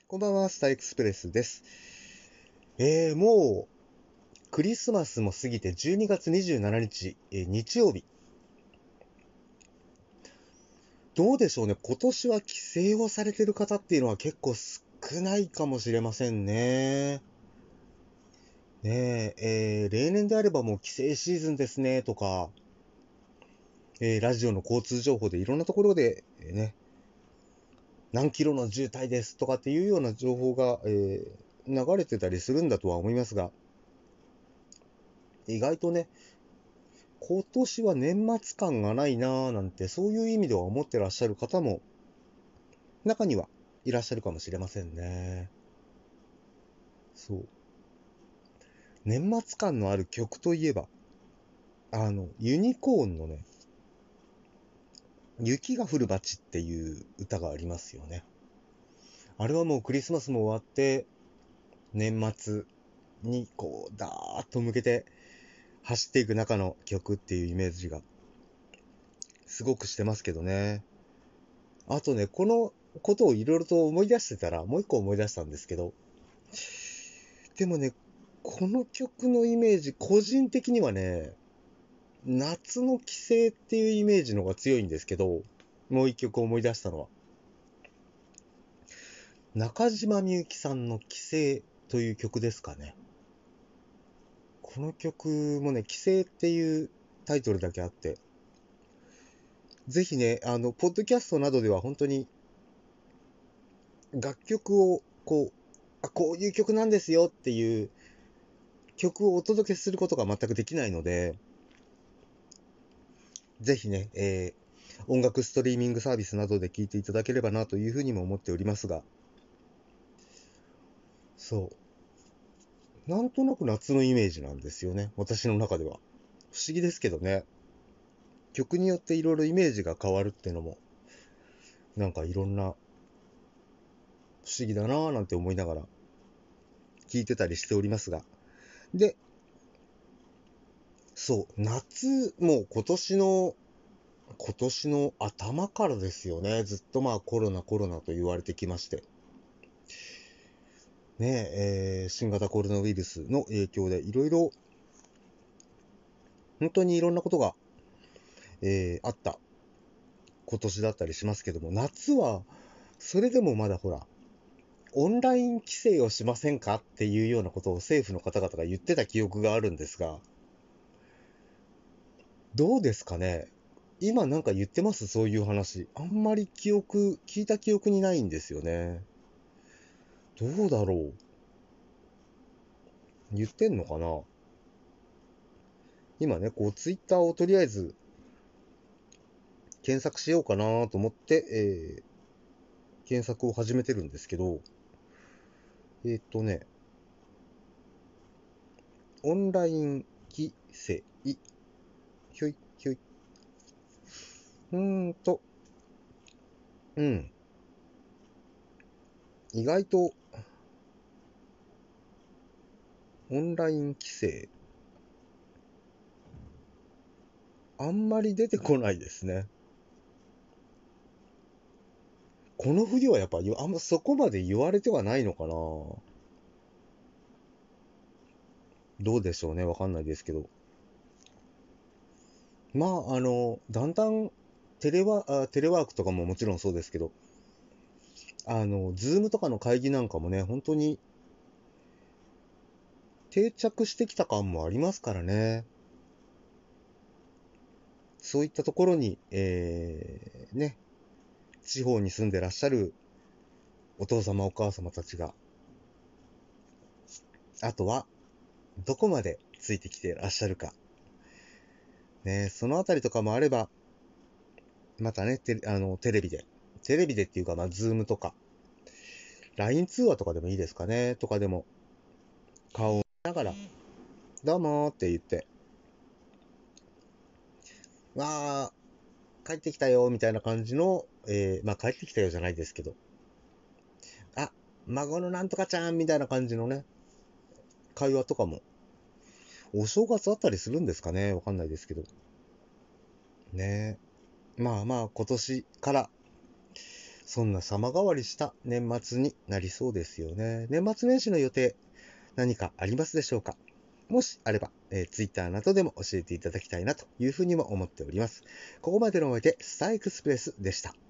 こんばんは、スターエクスプレスです。もう、クリスマスも過ぎて12月27日、日曜日。どうでしょうね。今年は帰省をされてる方っていうのは結構少ないかもしれませんね。ねえ、例年であればもう帰省シーズンですね、とか、ラジオの交通情報でいろんなところで、何キロの渋滞ですとかっていうような情報が、流れてたりするんだとは思いますが、意外とね、今年は年末感がないなぁなんて、そういう意味では思ってらっしゃる方も中にはいらっしゃるかもしれませんね。そう。年末感のある曲といえば、ユニコーンのね、雪が降る街っていう歌がありますよね。あれはもうクリスマスも終わって、年末にこう、ダーッと向けて走っていく中の曲っていうイメージがすごくしてますけどね。あとね、このことをいろいろと思い出してたら、もう一個思い出したんですけど、でもね、この曲のイメージ、個人的にはね、夏の帰省っていうイメージの方が強いんですけど、もう一曲思い出したのは、中島みゆきさんの帰省という曲ですかね。この曲もね、帰省っていうタイトルだけあって、ぜひね、ポッドキャストなどでは本当に楽曲をこういう曲なんですよっていう曲をお届けすることが全くできないので、ぜひね、音楽ストリーミングサービスなどで聴いていただければなというふうにも思っておりますが、そう。なんとなく夏のイメージなんですよね。私の中では。不思議ですけどね。曲によっていろいろイメージが変わるっていうのも、なんかいろんな不思議だなぁなんて思いながら聞いてたりしておりますが。で、そう、夏、もう今年の頭からですよね。ずっとまあコロナと言われてきまして。ね新型コロナウイルスの影響でいろいろ、本当にいろんなことが、あった今年だったりしますけども、夏は、それでもまだほら、オンライン規制をしませんかっていうようなことを政府の方々が言ってた記憶があるんですが、どうですかね。今なんか言ってますそういう話。あんまり聞いた記憶にないんですよね。どうだろう。言ってんのかな。今ね、こう、ツイッターをとりあえず検索しようかなと思って、検索を始めてるんですけど、ね、オンライン規制、ひょいひょい。うーんと、うん、意外とオンライン規制、あんまり出てこないですね。この冬はやっぱあんまそこまで言われてはないのかな。どうでしょうね、わかんないですけど。まあ、だんだんテレワークとかももちろんそうですけど、ズームとかの会議なんかもね、本当に定着してきた感もありますからね。そういったところに、地方に住んでらっしゃるお父様お母様たちが、あとは、どこまでついてきてらっしゃるか。ね、そのあたりとかもあれば、またね、テレビでっていうか、まあ、ズームとか、LINE 通話とかでもいいですかね、とかでも、顔を見ながら、どうもーって言って、わー、帰ってきたよーみたいな感じの、まあ、帰ってきたよじゃないですけど、あ、孫のなんとかちゃんみたいな感じのね、会話とかも、お正月あったりするんですかね、わかんないですけど。ねまあまあ、今年からそんな様変わりした年末になりそうですよね。年末年始の予定、何かありますでしょうか？もしあれば、Twitter などでも教えていただきたいなというふうにも思っております。ここまでのお相手、スターエクスプレスでした。